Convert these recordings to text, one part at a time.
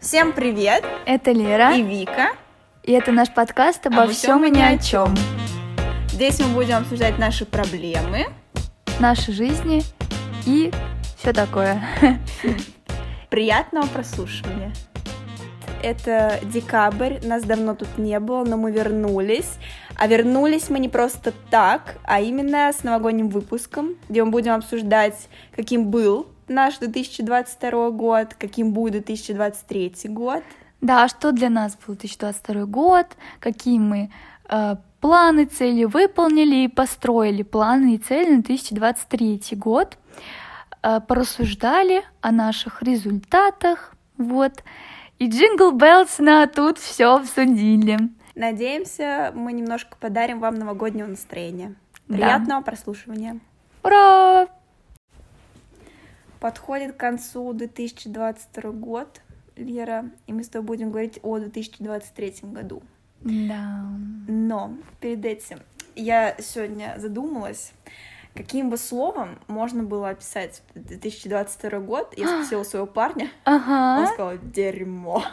Всем привет! Это Лера и Вика. И это наш подкаст обо всем и ни о чем. Здесь мы будем обсуждать наши проблемы, наши жизни и все такое. Приятного прослушивания. Это декабрь, нас давно тут не было, но мы вернулись. А вернулись мы не просто так, а именно с новогодним выпуском, где мы будем обсуждать, каким был наш 2022 год, каким будет 2023 год. Да, что для нас был 2022 год, какие мы планы, цели выполнили и построили планы и цели на 2023 год, порассуждали о наших результатах, вот. И Jingle Bells на тут все обсудили. Надеемся, мы немножко подарим вам новогоднего настроения. Приятного прослушивания. Ура! Подходит к концу 2022 год, Лера, и мы с тобой будем говорить о 2023 году. Да. Но перед этим я сегодня задумалась, каким бы словом можно было описать 2022 год. Я спросила своего парня, он сказал «дерьмо».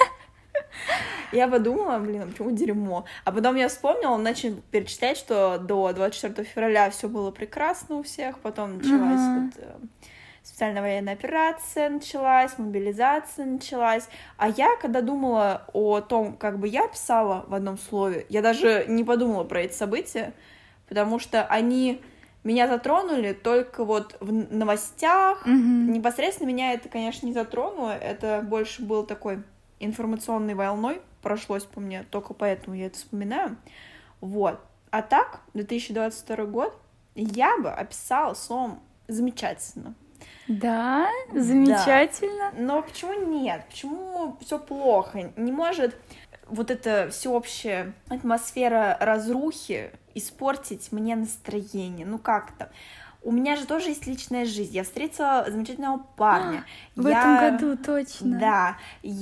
Я подумала, почему дерьмо? А потом я вспомнила, он начал перечислять, что до 24 февраля все было прекрасно у всех, потом началась специальная военная операция, началась, мобилизация началась. А я, когда думала о том, как бы я писала в одном слове, я даже не подумала про эти события, потому что они меня затронули только вот в новостях. Непосредственно меня это, конечно, не затронуло, это больше был такой информационной волной, прошлось по мне, только поэтому я это вспоминаю. Вот. А так, 2022 год я бы описала словом «замечательно». Да, замечательно. Да. Но почему нет? Почему все плохо? Не может вот эта всеобщая атмосфера разрухи испортить мне настроение? Ну как-то? У меня же тоже есть личная жизнь. Я встретила замечательного парня. В этом году, точно. Да.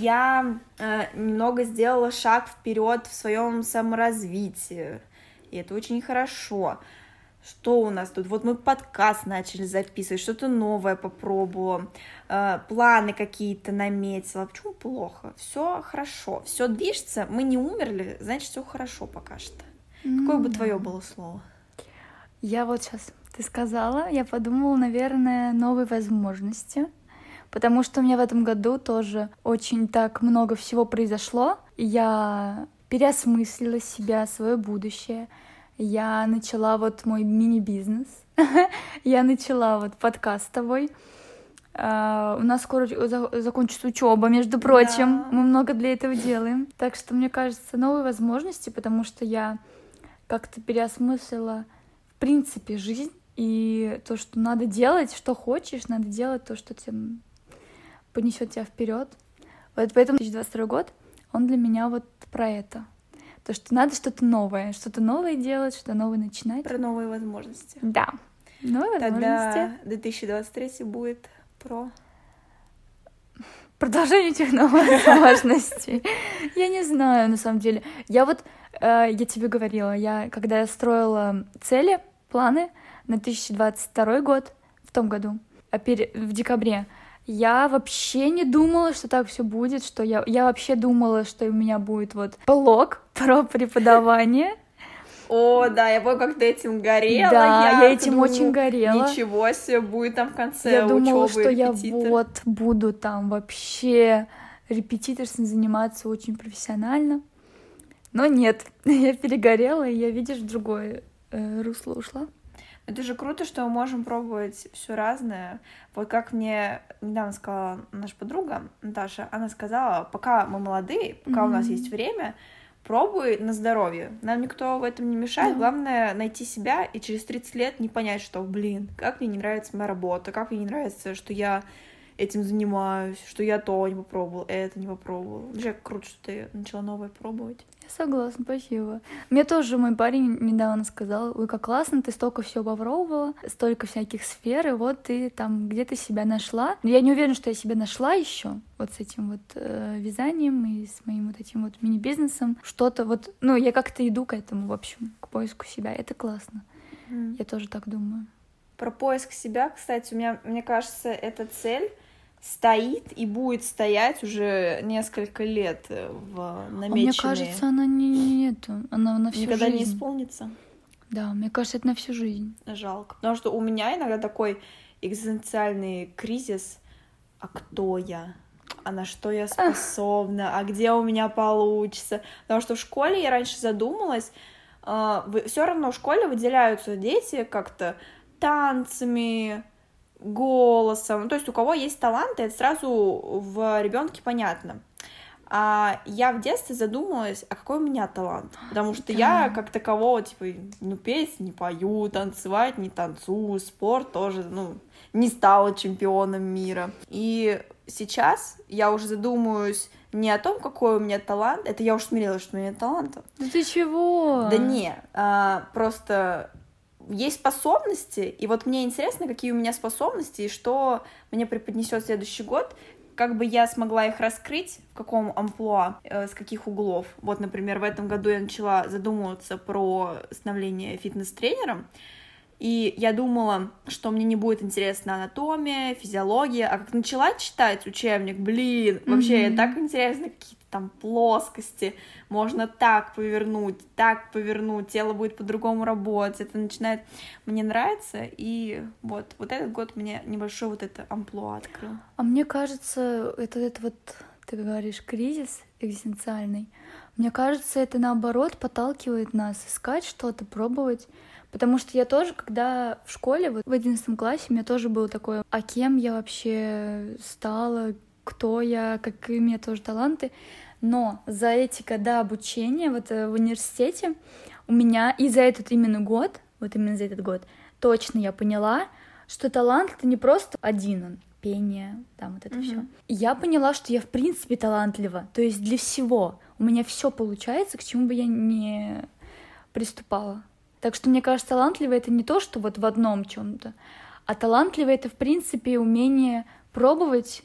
Я немного сделала шаг вперед в своем саморазвитии. И это очень хорошо. Что у нас тут? Вот мы подкаст начали записывать, что-то новое попробовала, планы какие-то наметила. Почему плохо? Все хорошо, все движется, мы не умерли, значит, все хорошо пока что. Какое бы твое было слово? Я вот сейчас, ты сказала, я подумала, наверное, новые возможности, потому что у меня в этом году тоже очень так много всего произошло. Я переосмыслила себя, свое будущее. Я начала вот мой мини-бизнес, я начала вот подкаст с тобой. У нас скоро закончится учеба, между прочим, мы много для этого делаем. Так что, мне кажется, новые возможности, потому что я как-то переосмыслила, в принципе, жизнь и то, что надо делать, что хочешь, надо делать то, что тебе понесет тебя вперед. Вот поэтому 2022 год, он для меня вот про это. То, что надо что-то новое делать, что-то новое начинать. Про новые возможности. Да, новые возможности. Тогда 2023 будет про... Продолжение этих новых возможностей. Я не знаю, на самом деле. Я тебе говорила, когда я строила цели, планы на 2022 год, в том году, в декабре, я вообще не думала, что так все будет, что я вообще думала, что у меня будет вот блог про преподавание. О, да, я помню, как ты этим горела. Да, я этим очень горела. Ничего себе, будет там в конце учёбы. Я думала, что я вот буду там вообще репетиторством заниматься очень профессионально. Но нет, я перегорела, и я, видишь, в другое русло ушла. Это же круто, что мы можем пробовать все разное. Вот как мне недавно сказала наша подруга Наташа, она сказала, пока мы молодые, пока у нас есть время, пробуй на здоровье. Нам никто в этом не мешает. Главное найти себя и через 30 лет не понять, что, как мне не нравится моя работа, как мне не нравится, что я этим занимаюсь, что я то не попробовала, это не попробовала. Вообще круто, что ты начала новое пробовать. Я согласна, спасибо. Мне тоже мой парень недавно сказал, ой, как классно, ты столько всего попробовала, столько всяких сфер, и вот ты там где-то себя нашла. Но я не уверена, что я себя нашла еще вот с этим вот вязанием и с моим вот этим вот мини-бизнесом. Что-то вот, я как-то иду к этому, в общем, к поиску себя. Это классно. Я тоже так думаю. Про поиск себя, кстати, мне кажется, эта цель стоит и будет стоять уже несколько лет в намеченные. Мне кажется, она она на всю никогда жизнь. не исполнится. Да, мне кажется, это на всю жизнь. Жалко. Потому что у меня иногда такой экзистенциальный кризис. А кто я? А на что я способна? А где у меня получится? Потому что в школе я раньше задумалась, все равно в школе выделяются дети как-то танцами, голосом. То есть у кого есть таланты, это сразу в ребенке понятно. А я в детстве задумалась, а какой у меня талант? Потому что я как такового, типа, петь не пою, танцевать не танцую, спорт тоже, не стала чемпионом мира. И сейчас я уже задумываюсь не о том, какой у меня талант, это я уже смирилась, что у меня нет таланта. Да ты чего? Да не, просто есть способности, и вот мне интересно, какие у меня способности, и что мне преподнесет следующий год, как бы я смогла их раскрыть, в каком амплуа, с каких углов. Вот, например, в этом году я начала задумываться про становление фитнес-тренером, и я думала, что мне не будет интересна анатомия, физиология, а как начала читать учебник, вообще так интересно, какие-то там плоскости, можно так повернуть, тело будет по-другому работать, это начинает мне нравиться, и вот этот год мне небольшой вот это амплуа открыл. А мне кажется, это вот, ты говоришь, кризис экзистенциальный, мне кажется, это наоборот подталкивает нас искать что-то, пробовать. Потому что я тоже, когда в школе, вот в 11 классе, у меня тоже было такое, а кем я вообще стала, кто я, какие у меня тоже таланты. Но за эти года обучения вот в университете у меня и за этот именно год, вот именно за этот год, точно я поняла, что талант — это не просто один он, пение, там вот это все. И я поняла, что я в принципе талантлива, то есть для всего. У меня все получается, к чему бы я не приступала. Так что, мне кажется, талантливый — это не то, что вот в одном чем-то, а талантливый — это, в принципе, умение пробовать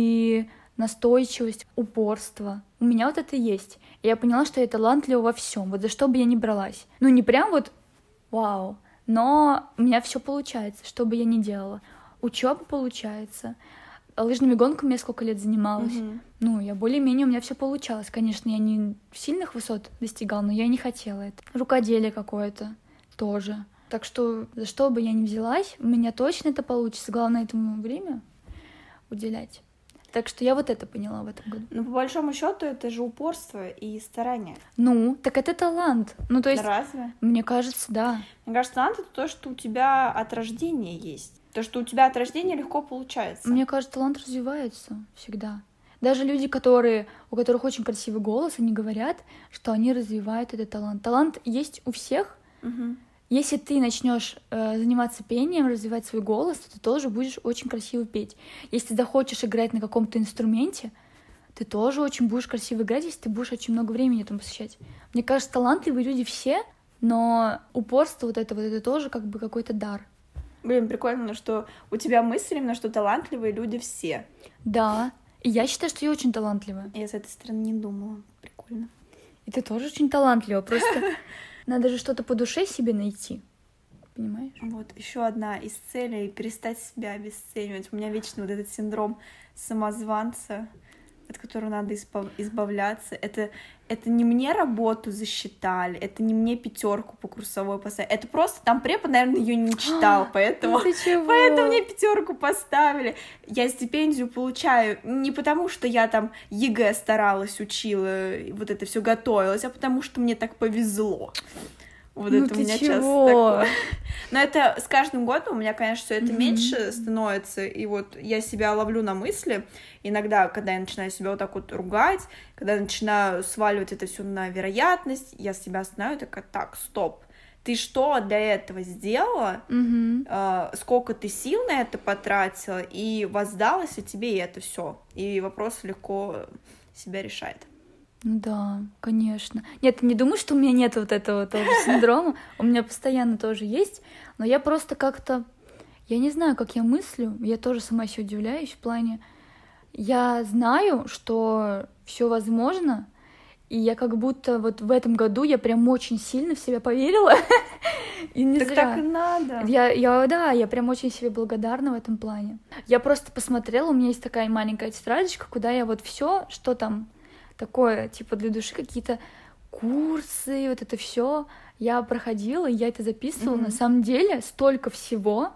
и настойчивость, упорство. У меня вот это есть. И я поняла, что я талантлива во всем, вот за что бы я ни бралась. Не прям вот вау, но у меня все получается, что бы я ни делала. Учеба получается. Лыжными гонками я сколько лет занималась. Я более-менее, у меня все получалось. Конечно, я не сильных высот достигала, но я не хотела это. Рукоделие какое-то тоже. Так что за что бы я ни взялась, у меня точно это получится. Главное этому время уделять. Так что я вот это поняла в этом году. По большому счету это же упорство и старание. Так это талант. То есть, разве? Мне кажется, да. Мне кажется, талант — это то, что у тебя от рождения есть. То, что у тебя от рождения легко получается. Мне кажется, талант развивается всегда. Даже люди, у которых очень красивый голос, они говорят, что они развивают этот талант. Талант есть у всех. Если ты начнешь заниматься пением, развивать свой голос, то ты тоже будешь очень красиво петь. Если ты захочешь играть на каком-то инструменте, ты тоже очень будешь красиво играть, если ты будешь очень много времени этому посвящать. Мне кажется, талантливые люди все, но упорство вот это тоже как бы какой-то дар. Прикольно, что у тебя мысль именно, что талантливые люди все. Да, и я считаю, что я очень талантливая. Я с этой стороны не думала. Прикольно. И ты тоже очень талантлива, просто надо же что-то по душе себе найти. Понимаешь? Вот, еще одна из целей — перестать себя обесценивать. У меня вечно вот этот синдром самозванца, от которого надо избавляться. Это не мне работу засчитали, это не мне 5 по курсовой поставили. Это просто там препод, наверное, ее не читал, поэтому мне 5 поставили. Я стипендию получаю не потому, что я там ЕГЭ старалась, учила, вот это все готовилась, а потому что мне так повезло. Вот это у меня часто такое. Но это с каждым годом у меня, конечно, все это меньше становится, и вот я себя ловлю на мысли иногда, когда я начинаю себя вот так вот ругать, когда я начинаю сваливать это все на вероятность, я себя останавливаю, такая: так, стоп, ты что для этого сделала, сколько ты сил на это потратила, и воздалось ли тебе это все, и вопрос легко себя решает. Да, конечно. Нет, не думаю, что у меня нет вот этого тоже синдрома. У меня постоянно тоже есть, но я просто как-то... Я не знаю, как я мыслю, я тоже сама себе удивляюсь в плане... Я знаю, что все возможно, и я как будто вот в этом году я прям очень сильно в себя поверила. И не так зря. Так и надо. Я прям очень себе благодарна в этом плане. Я просто посмотрела, у меня есть такая маленькая тетрадочка, куда я вот все, что там такое, типа для души, какие-то курсы, вот это все я проходила, я это записывала. На самом деле столько всего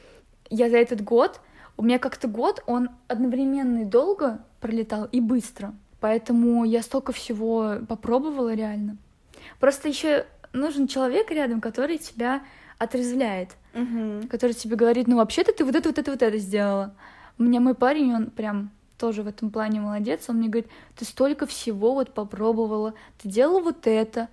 я за этот год, у меня как-то год, он одновременно и долго пролетал, и быстро. Поэтому я столько всего попробовала реально. Просто еще нужен человек рядом, который тебя отрезвляет, который тебе говорит, ну вообще-то ты вот это сделала. У меня мой парень, он прям тоже в этом плане молодец, он мне говорит, ты столько всего вот попробовала, ты делала вот это.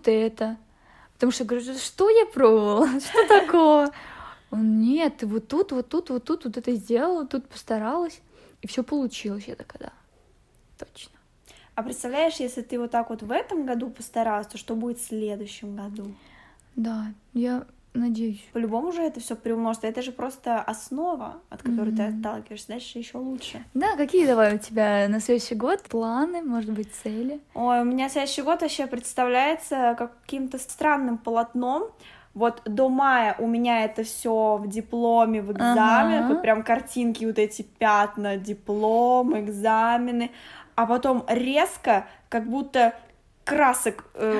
Потому что я говорю, что я пробовала, что такого? Он, нет, ты вот тут это сделала, тут постаралась, и все получилось. Я такая, да, точно. А представляешь, если ты вот так вот в этом году постаралась, то что будет в следующем году? Да, я надеюсь. По-любому же это все приумножится. Это же просто основа, от которой ты отталкиваешься. Дальше еще лучше. Да, какие давай у тебя на следующий год планы, может быть, цели? Ой, у меня следующий год вообще представляется каким-то странным полотном. Вот до мая у меня это все в дипломе, в экзаменах, вот прям картинки, вот эти пятна, диплом, экзамены, а потом резко, как будто красок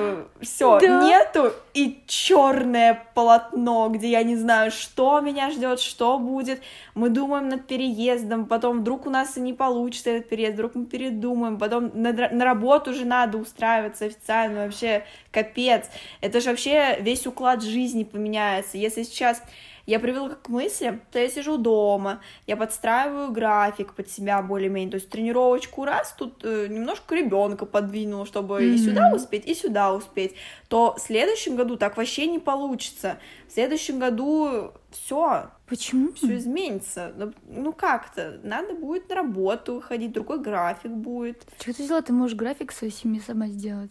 все нету, и черное полотно, где я не знаю, что меня ждет, что будет. Мы думаем над переездом, потом вдруг у нас и не получится этот переезд, вдруг мы передумаем, потом на работу уже надо устраиваться официально, вообще капец. Это же вообще весь уклад жизни поменяется. Если сейчас я привела к мысли, что я сижу дома, я подстраиваю график под себя более-менее, то есть тренировочку раз, тут немножко ребенка подвинула, чтобы и сюда успеть, то в следующем году так вообще не получится. В следующем году все. Почему? Все изменится. Ну как-то, надо будет на работу ходить, другой график будет. Что ты сделала? Ты можешь график своей семьи сама сделать.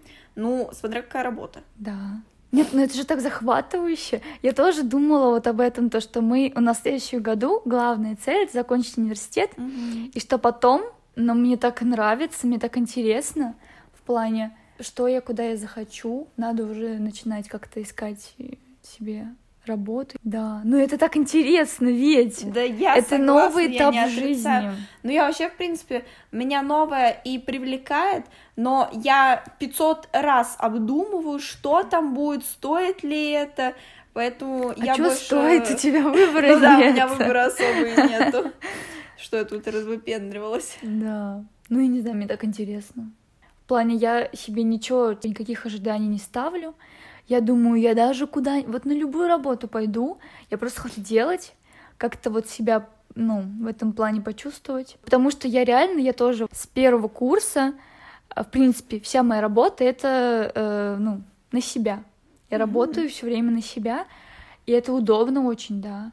Ну, смотря какая работа. Да. Нет, ну это же так захватывающе. Я тоже думала вот об этом, то, что у нас в следующем году главная цель — это закончить университет, и что потом, но мне так нравится, мне так интересно в плане, куда я захочу, надо уже начинать как-то искать себе работу. Да, ну это так интересно, ведь да, я это согласна, новый этап жизни. Ну я вообще, в принципе, меня новое и привлекает, но я 500 раз обдумываю, что там будет, стоит ли это, поэтому я что больше... стоит? У тебя выбора нет. Да, у меня выбора особо и нету. Что я тут развыпендривалась. Да, ну я не знаю, мне так интересно. В плане, я себе никаких ожиданий не ставлю. Я думаю, я даже вот на любую работу пойду, я просто хочу делать, как-то вот себя, в этом плане почувствовать. Потому что я тоже с первого курса, в принципе, вся моя работа — это, на себя. Я работаю все время на себя, и это удобно очень, да.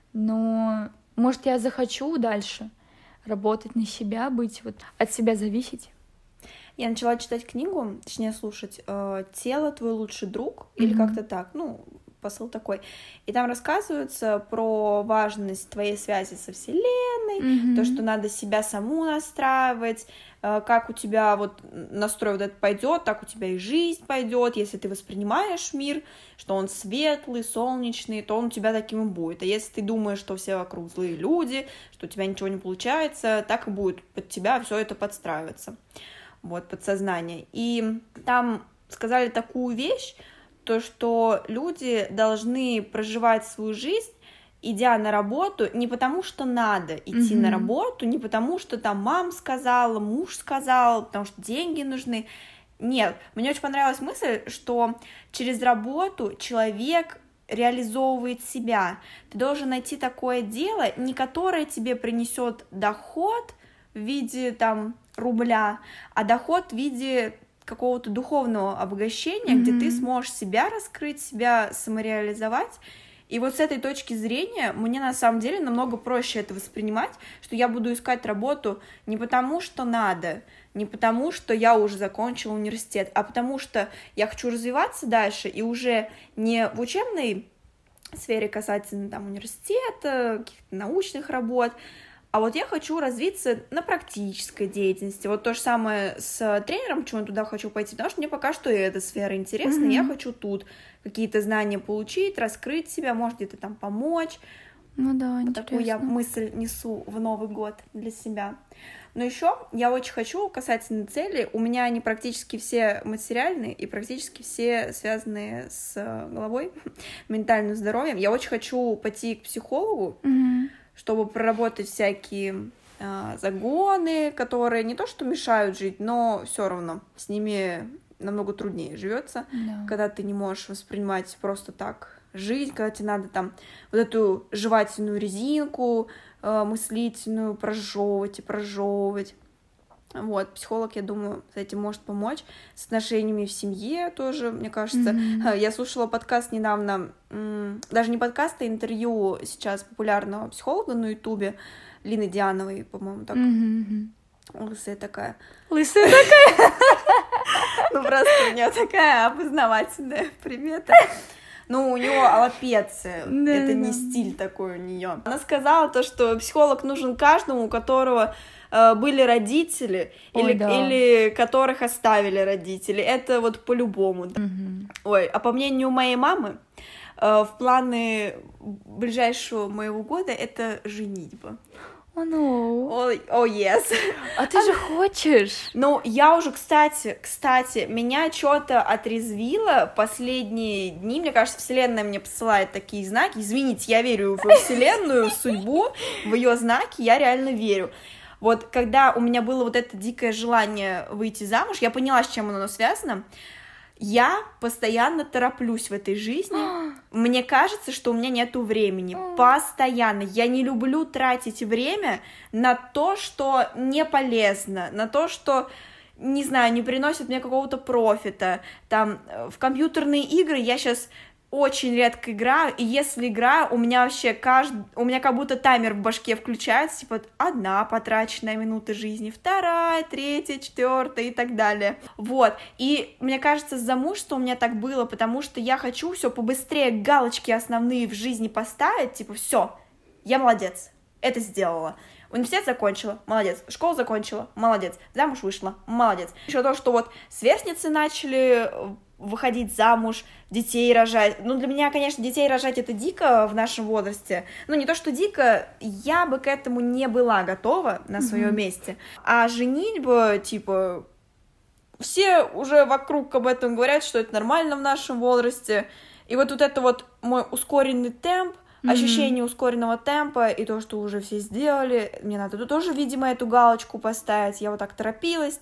Но, может, я захочу дальше работать на себя, быть вот от себя зависеть. Я начала читать книгу, точнее слушать «Тело — твой лучший друг», или как-то так, посыл такой. И там рассказывается про важность твоей связи со Вселенной, то, что надо себя саму настраивать, как у тебя вот настрой вот этот пойдет, так у тебя и жизнь пойдет. Если ты воспринимаешь мир, что он светлый, солнечный, то он у тебя таким и будет. А если ты думаешь, что все вокруг злые люди, что у тебя ничего не получается, так и будет под тебя все это подстраиваться. Вот, подсознание. И там сказали такую вещь, то, что люди должны проживать свою жизнь, идя на работу, не потому что надо идти на работу, не потому что там мама сказала, муж сказал, потому что деньги нужны. Нет, мне очень понравилась мысль, что через работу человек реализовывает себя. Ты должен найти такое дело, не которое тебе принесет доход в виде там рубля, а доход в виде какого-то духовного обогащения, где ты сможешь себя раскрыть, себя самореализовать. И вот с этой точки зрения мне на самом деле намного проще это воспринимать, что я буду искать работу не потому, что надо, не потому, что я уже закончила университет, а потому что я хочу развиваться дальше и уже не в учебной сфере касательно там университета, каких-то научных работ, А вот я хочу развиться на практической деятельности. Вот то же самое с тренером, почему я туда хочу пойти, потому что мне пока что и эта сфера интересна, я хочу тут какие-то знания получить, раскрыть себя, может, где-то там помочь. Ну да, интересно. Такую я мысль несу в Новый год для себя. Но еще я очень хочу касательно цели. У меня они практически все материальные и практически все связанные с головой, ментальным здоровьем. Я очень хочу пойти к психологу, чтобы проработать всякие загоны, которые не то что мешают жить, но все равно с ними намного труднее живется, когда ты не можешь воспринимать просто так жизнь, когда тебе надо там вот эту жевательную резинку мыслительную прожевывать и прожевывать. Вот, психолог, я думаю, с этим может помочь. С отношениями в семье тоже, мне кажется. Я слушала подкаст недавно, даже не подкаст, а интервью сейчас популярного психолога на Ютубе, Лины Диановой, по-моему, так. Лысая такая. Лысая такая? Ну, просто у нее такая опознавательная примета. Ну, у нее аллопеция, это не стиль такой у нее. Она сказала то, что психолог нужен каждому, у которого были родители, или которых оставили родители. Это вот по-любому. Ой, а по мнению моей мамы, в планы ближайшего моего года это женитьба. О, no. О, yes. А ты же хочешь? Ну, я уже, кстати, меня что-то отрезвило последние дни. Мне кажется, Вселенная мне посылает такие знаки. Извините, я верю во Вселенную, в судьбу, в ее знаки, я реально верю. Вот когда у меня было вот это дикое желание выйти замуж, я поняла, с чем оно связано. Я постоянно тороплюсь в этой жизни. Мне кажется, что у меня нету времени. Постоянно. Я не люблю тратить время на то, что не полезно, на то, что, не знаю, не приносит мне какого-то профита. Там, в компьютерные игры я сейчас очень редко играю, и если играю, у меня вообще у меня как будто таймер в башке включается, типа, 1 потраченная минута жизни, 2, 3, 4 и так далее. Вот, и мне кажется, с замужеством у меня так было, потому что я хочу все побыстрее галочки основные в жизни поставить, типа, все, я молодец, это сделала. Университет закончила, молодец. Школу закончила, молодец. Замуж вышла, молодец. Еще то, что вот сверстницы начали выходить замуж, детей рожать. Ну, для меня, конечно, детей рожать это дико в нашем возрасте. Ну, не то, что дико, я бы к этому не была готова на своем месте. А женитьба, типа, все уже вокруг об этом говорят, что это нормально в нашем возрасте. И вот это вот мой ускоренный темп, ощущение ускоренного темпа и то, что уже все сделали, мне надо тут тоже, видимо, эту галочку поставить. Я вот так торопилась.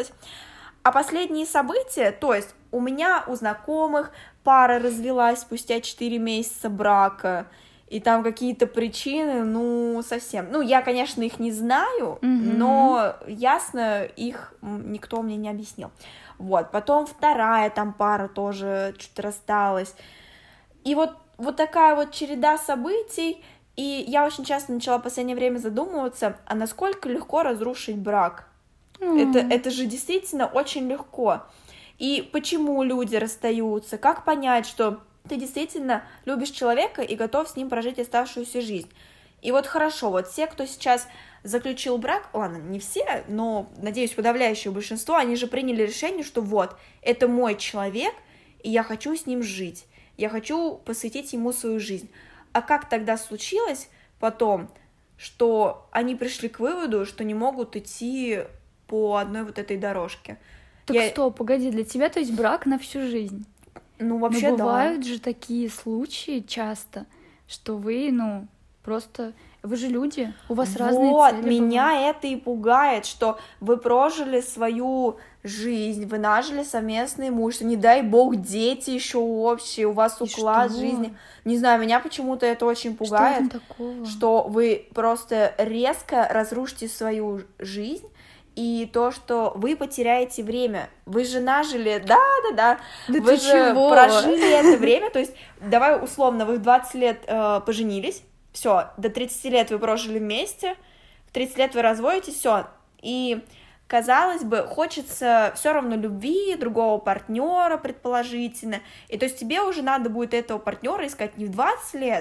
А последние события, то есть у меня у знакомых пара развелась спустя 4 месяца брака, и там какие-то причины, ну, совсем. Ну, я, конечно, их не знаю, но ясно, их никто мне не объяснил. Вот, потом вторая там пара тоже что-то рассталась. И вот такая вот череда событий, и я очень часто начала в последнее время задумываться, а насколько легко разрушить брак. Это же действительно очень легко. И почему люди расстаются? Как понять, что ты действительно любишь человека и готов с ним прожить оставшуюся жизнь? И вот хорошо, вот все, кто сейчас заключил брак, ладно, не все, но, надеюсь, подавляющее большинство, они же приняли решение, что вот, это мой человек, и я хочу с ним жить. Я хочу посвятить ему свою жизнь. А как тогда случилось потом, что они пришли к выводу, что не могут идти по одной вот этой дорожке? Так стоп, погоди, для тебя, то есть, брак на всю жизнь? Ну, вообще, но бывают же такие случаи часто, что вы, просто... Вы же люди, у вас разные цели. Вот, меня это и пугает, что вы прожили свою жизнь, вы нажили совместное имущество, не дай бог, дети еще общие, у вас уклад жизни. Не знаю, меня почему-то это очень пугает, что вы просто резко разрушите свою жизнь, и то, что вы потеряете время. Вы же нажили, да, вы же прожили это время, то есть, давай условно, вы в 20 лет поженились, все, до 30 лет вы прожили вместе, в 30 лет вы разводитесь, все, и, казалось бы, хочется все равно любви, другого партнера, предположительно, и то есть тебе уже надо будет этого партнера искать не в 20 лет,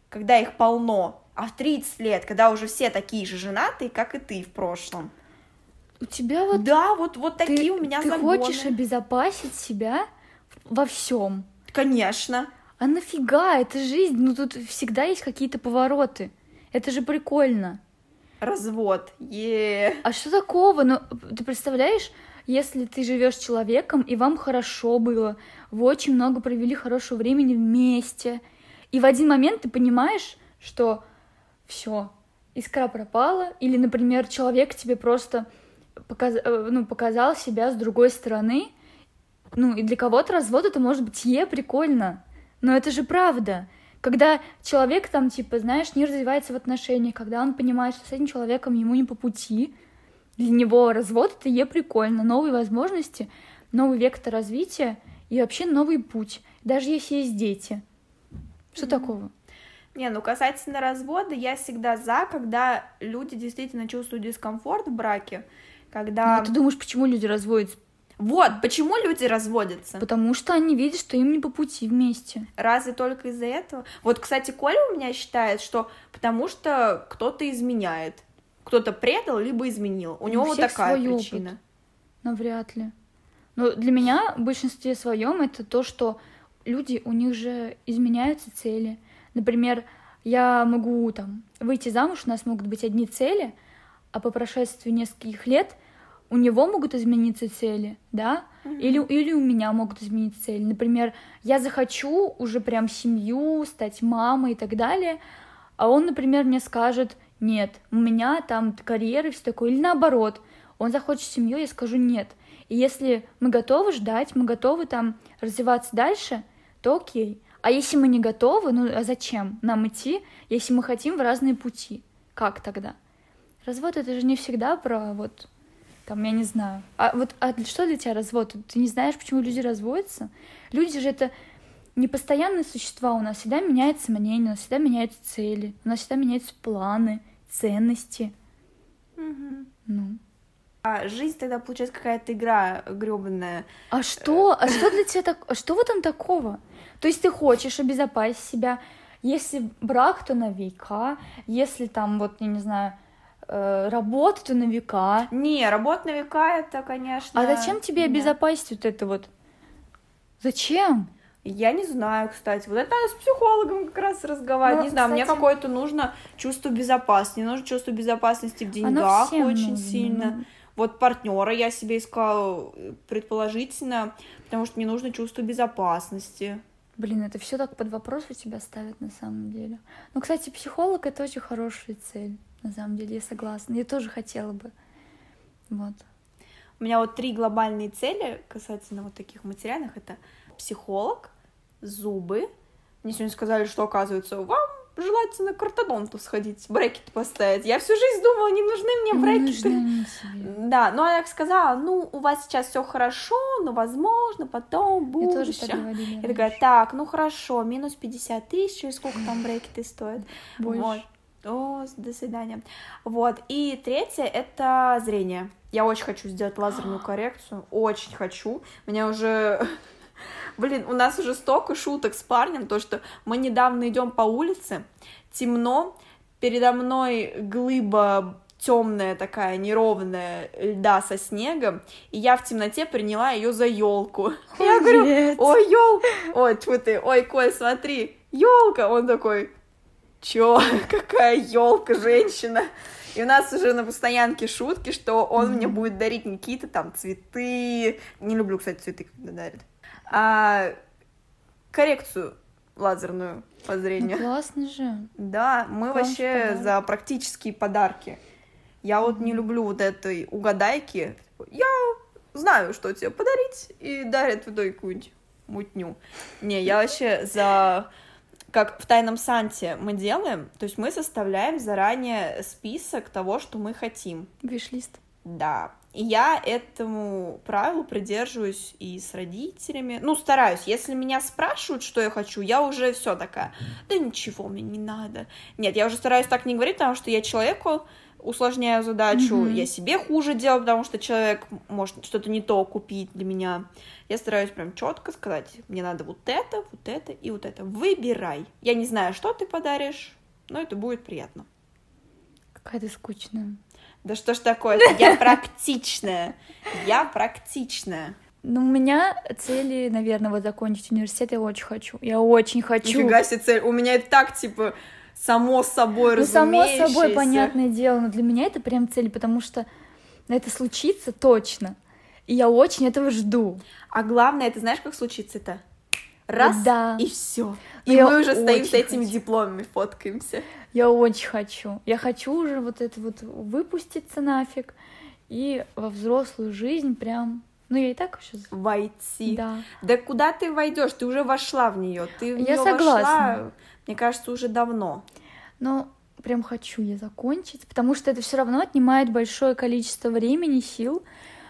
когда их полно, а в 30 лет, когда уже все такие же женатые, как и ты в прошлом. У тебя вот... Да, вот такие у меня загоны. Ты хочешь обезопасить себя во всем. Конечно. А нафига? Это жизнь. Ну, тут всегда есть какие-то повороты. Это же прикольно. Развод. А что такого? Ну, ты представляешь, если ты живешь с человеком, и вам хорошо было, вы очень много провели хорошего времени вместе, и в один момент ты понимаешь, что все, искра пропала, или, например, человек тебе просто показал себя с другой стороны, ну, и для кого-то развод это может быть прикольно, но это же правда. Когда человек там, типа, знаешь, не развивается в отношениях, когда он понимает, что с этим человеком ему не по пути, для него развод — это прикольно, новые возможности, новый вектор развития и вообще новый путь, даже если есть дети. Что такого? Не, ну касательно развода, я всегда за, когда люди действительно чувствуют дискомфорт в браке, когда... Ну, ты думаешь, почему люди разводятся? Вот, почему люди разводятся? Потому что они видят, что им не по пути вместе. Разве только из-за этого? Вот, кстати, Коля у меня считает, что потому что кто-то изменяет. Кто-то предал, либо изменил. У него вот такая причина. Опыт. Навряд ли. Но для меня в большинстве своем это то, что люди, у них же изменяются цели. Например, я могу там выйти замуж, у нас могут быть одни цели, а по прошествии нескольких лет у него могут измениться цели, да? Или у меня могут измениться цели. Например, я захочу уже прям семью, стать мамой и так далее, а он, например, мне скажет: нет, у меня там карьера и все такое. Или наоборот, он захочет семью, я скажу нет. И если мы готовы ждать, мы готовы там развиваться дальше, то окей. А если мы не готовы, ну а зачем нам идти, если мы хотим в разные пути? Как тогда? Развод — это же не всегда про вот, там, я не знаю. А что для тебя развод? Ты не знаешь, почему люди разводятся? Люди же это не постоянные существа, у нас всегда меняется мнение, у нас всегда меняются цели, у нас всегда меняются планы, ценности. Ну. А жизнь тогда получается какая-то игра грёбаная. А что для тебя так? А что в этом такого? То есть ты хочешь обезопасить себя. Если брак, то на века. Если там, вот, я не знаю, работа, то на века. Не, работа на века — это, конечно... А зачем тебе обезопасить вот это вот? Зачем? Я не знаю, кстати. Вот это надо с психологом как раз разговаривать. Не знаю, кстати... мне какое-то нужно чувство безопасности. Мне нужно чувство безопасности в деньгах очень сильно. Вот партнера я себе искала предположительно, потому что мне нужно чувство безопасности. Блин, это все так под вопрос у тебя ставят на самом деле. Ну, кстати, психолог — это очень хорошая цель, на самом деле, я согласна. Я тоже хотела бы. Вот. У меня вот 3 глобальные цели касательно вот таких материальных. Это психолог, зубы. Мне сегодня сказали, что, оказывается, вам желательно к ортодонту сходить, брекеты поставить. Я всю жизнь думала, не нужны мне брекеты. Да, но она сказала: ну, у вас сейчас все хорошо, но, возможно, потом будет. Я тоже так говорила. Я такая: так, ну хорошо, минус 50 тысяч, и сколько там брекеты стоят? Больше. Вот. О, до свидания. Вот. И 3 — это зрение. Я очень хочу сделать лазерную коррекцию. Очень хочу. Меня уже... Блин, у нас уже столько шуток с парнем, то, что мы недавно идем по улице, темно, передо мной глыба темная такая, неровная льда со снегом, и я в темноте приняла ее за елку. Я говорю: ой, елка, ой, тьфу ты, ой, Коль, смотри, елка. Он такой: чё, какая елка, женщина? И у нас уже на постоянке шутки, что он мне будет дарить не какие-то там цветы. Не люблю, кстати, цветы, когда дарят. А коррекцию лазерную по зрению. Ну, классно же. Да, мы вообще за практические подарки. Я вот не люблю вот этой угадайки. Я знаю, что тебе подарить, и дарят в итоге какую-нибудь мутню. Не, я вообще за... Как в «Тайном Санте» мы делаем, то есть мы составляем заранее список того, что мы хотим. Виш-лист. Да. И я этому правилу придерживаюсь и с родителями. Ну, стараюсь. Если меня спрашивают, что я хочу, я уже все такая: да ничего мне не надо. Нет, я уже стараюсь так не говорить, потому что я человеку усложняю задачу, я себе хуже делаю, потому что человек может что-то не то купить для меня. Я стараюсь прям четко сказать, мне надо вот это и вот это. Выбирай. Я не знаю, что ты подаришь, но это будет приятно. Какая ты скучная. Да что ж такое-то? Я практичная. Ну, у меня цели, наверное, вот закончить университет я очень хочу. Нифига себе цель. У меня это так, типа, само собой разумеющееся. Само собой, понятное дело, но для меня это прям цель, потому что это случится точно. И я очень этого жду. А главное, ты знаешь, как случится-то? Раз, и все. И мы уже стоим с этими дипломами, фоткаемся. Я очень хочу. Я хочу уже вот это вот выпуститься нафиг и во взрослую жизнь прям... Ну, я и так сейчас... Войти. Да. Да куда ты войдешь? Ты уже вошла в нее. Ты в я нее вошла, мне кажется, уже давно. Но прям хочу я закончить, потому что это все равно отнимает большое количество времени, сил,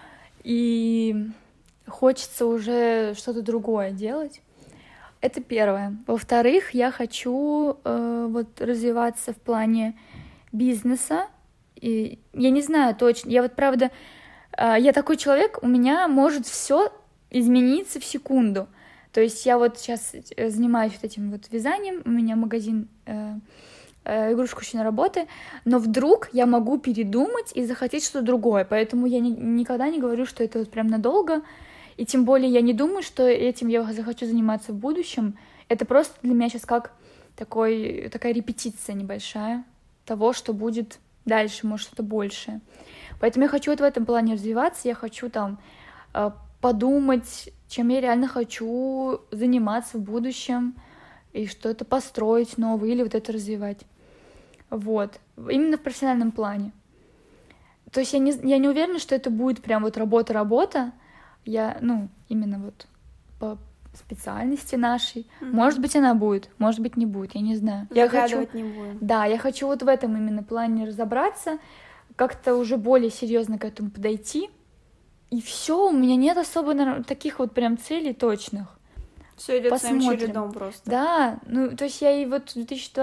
и хочется уже что-то другое делать. Это первое. Во-вторых, я хочу вот развиваться в плане бизнеса. И я не знаю точно. Я вот правда, я такой человек, у меня может все измениться в секунду. То есть я вот сейчас занимаюсь вот этим вот вязанием, у меня магазин игрушечной работы, но вдруг я могу передумать и захотеть что-то другое. Поэтому я никогда не говорю, что это вот прям надолго. И тем более я не думаю, что этим я захочу заниматься в будущем. Это просто для меня сейчас как такая репетиция небольшая того, что будет дальше, может, что-то большее. Поэтому я хочу вот в этом плане развиваться, я хочу там подумать, чем я реально хочу заниматься в будущем, и что-то построить новое или вот это развивать. Вот. Именно в профессиональном плане. То есть я не уверена, что это будет прям вот работа-работа. Я, именно вот по специальности нашей. Может быть, она будет, может быть, не будет, я не знаю. Загадывать не будем. Да, я хочу вот в этом именно плане разобраться, как-то уже более серьезно к этому подойти. И все, у меня нет особо таких вот прям целей точных. Все идет своим чередом просто. Да, то есть я и вот в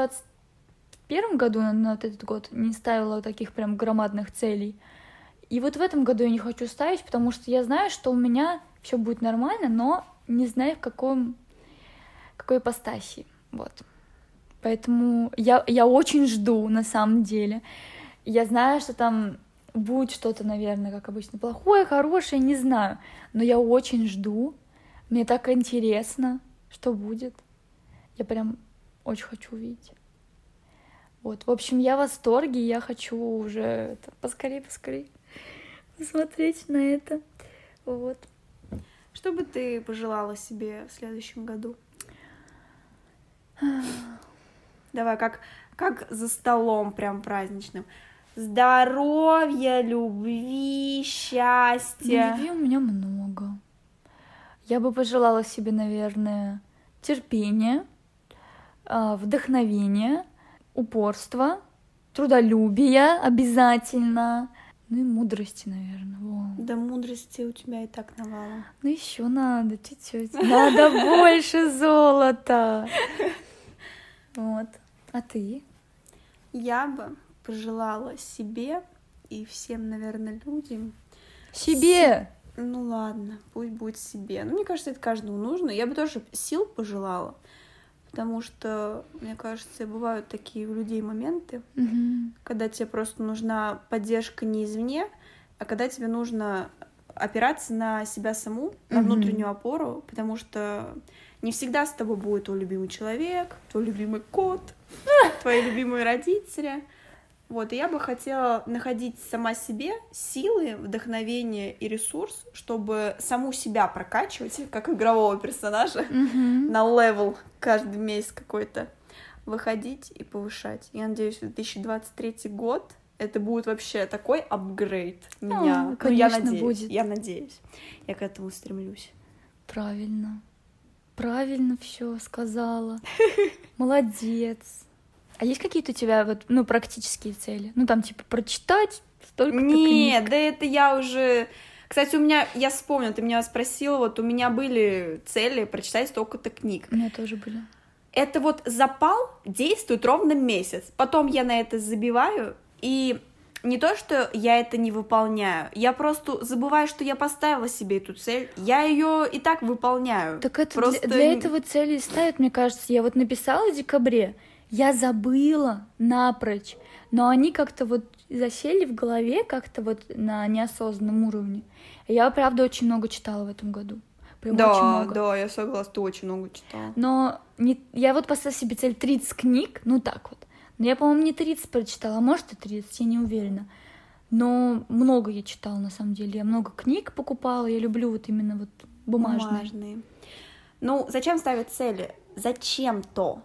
2021 году, на вот этот год, не ставила таких прям громадных целей. И вот в этом году я не хочу ставить, потому что я знаю, что у меня все будет нормально, но не знаю, в какой ипостаси. Вот. Поэтому я очень жду, на самом деле. Я знаю, что там будет что-то, наверное, как обычно, плохое, хорошее, не знаю. Но я очень жду. Мне так интересно, что будет. Я прям очень хочу увидеть. Вот. В общем, я в восторге, я хочу уже поскорее посмотреть на это. Вот. Что бы ты пожелала себе в следующем году? Давай, как за столом прям праздничным. Здоровья, любви, счастья. Любви у меня много. Я бы пожелала себе, наверное, терпения, вдохновения, упорства, трудолюбия обязательно. Ну и мудрости, наверное. Во. Да, мудрости у тебя и так навалом. Ну еще надо чуть-чуть. Надо больше золота. Вот. А ты? Я бы пожелала себе и всем, наверное, людям... Себе! Ну ладно, пусть будет себе. Ну, мне кажется, это каждому нужно. Я бы тоже сил пожелала, потому что, мне кажется, бывают такие у людей моменты, когда тебе просто нужна поддержка не извне, а когда тебе нужно опираться на себя саму, на внутреннюю опору, потому что не всегда с тобой будет твой любимый человек, твой любимый кот, твои любимые родители. Вот, и я бы хотела находить сама себе силы, вдохновение и ресурс, чтобы саму себя прокачивать, как игрового персонажа, на левел каждый месяц какой-то, выходить и повышать. Я надеюсь, 2023 год это будет вообще такой апгрейд меня. Конечно, будет. Я надеюсь. Я к этому стремлюсь. Правильно все сказала. Молодец. А есть какие-то у тебя практические цели? Там типа прочитать столько-то книг? Нет, да это я уже... Кстати, я вспомнила, ты меня спросила, у меня были цели прочитать столько-то книг. У меня тоже были. Это запал действует ровно месяц. Потом я на это забиваю, и не то, что я это не выполняю, я просто забываю, что я поставила себе эту цель, я ее и так выполняю. Так это просто... для этого цели ставят, мне кажется. Я вот написала в декабре, я забыла напрочь, но они как-то вот засели в голове как-то вот на неосознанном уровне. Я, правда, очень много читала в этом году. Прям очень много. Да, я согласна, ты очень много читала. Но я вот поставила себе цель 30 книг, ну так вот. Но я, по-моему, не 30 прочитала, а может и 30, я не уверена. Но много я читала, на самом деле. Я много книг покупала, я люблю вот именно вот бумажные. Ну, зачем ставить цели? Зачем-то.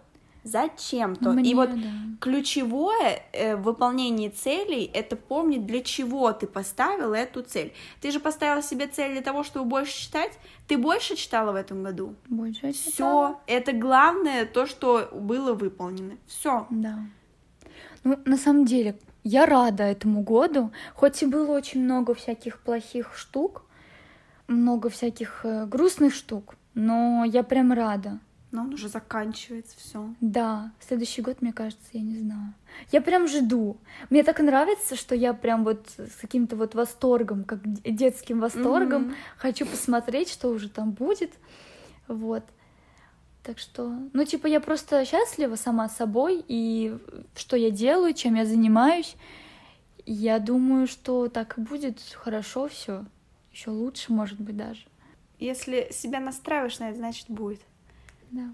Мне, и вот да. ключевое в выполнении целей — это помнить, для чего ты поставила эту цель. Ты же поставила себе цель для того, чтобы больше читать. Ты больше читала в этом году? Больше читала. Все, это главное, то, что было выполнено. Все. Да. Ну, на самом деле, я рада этому году, хоть и было очень много всяких плохих штук, много всяких грустных штук, но я прям рада. Но он уже заканчивается, все. Да, следующий год, мне кажется, я не знаю. Я прям жду. Мне так нравится, что я прям вот с каким-то вот восторгом, как детским восторгом, хочу посмотреть, что уже там будет. Вот. Так что, ну, типа, я просто счастлива сама собой, и что я делаю, чем я занимаюсь. Я думаю, что так и будет хорошо все, еще лучше, может быть, даже. Если себя настраиваешь на это, значит, будет. Да.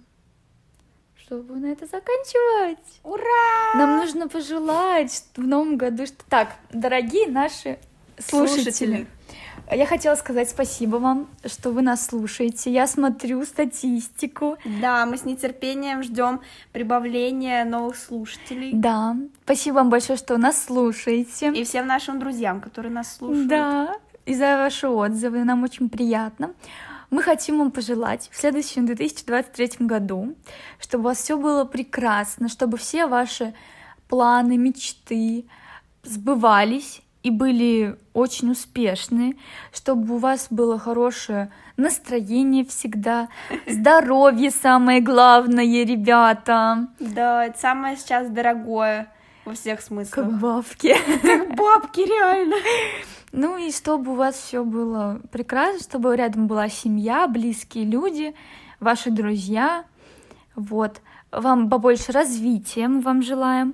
Чтобы на это заканчивать. Ура! Нам нужно пожелать в новом году, что... Так, дорогие наши слушатели, я хотела сказать спасибо вам, что вы нас слушаете. Я смотрю статистику. Да, мы с нетерпением ждем прибавления новых слушателей. Да, спасибо вам большое, что нас слушаете. И всем нашим друзьям, которые нас слушают. Да, и за ваши отзывы, нам очень приятно. Мы хотим вам пожелать в следующем 2023 году, чтобы у вас все было прекрасно, чтобы все ваши планы, мечты сбывались и были очень успешны, чтобы у вас было хорошее настроение всегда, здоровье самое главное, ребята. Да, это самое сейчас дорогое во всех смыслах. Как бабки. Как бабки, реально. Ну и чтобы у вас все было прекрасно, чтобы рядом была семья, близкие люди, ваши друзья. Вот. Вам побольше развития мы вам желаем,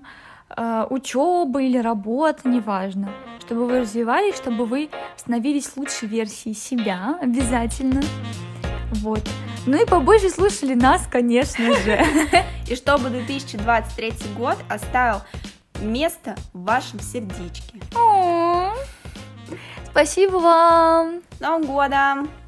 учебы или работы, неважно. Чтобы вы развивались, чтобы вы становились лучшей версией себя обязательно. Вот. Ну и побольше слушали нас, конечно же. И чтобы 2023 год оставил место в вашем сердечке. Спасибо вам! С Новым годом!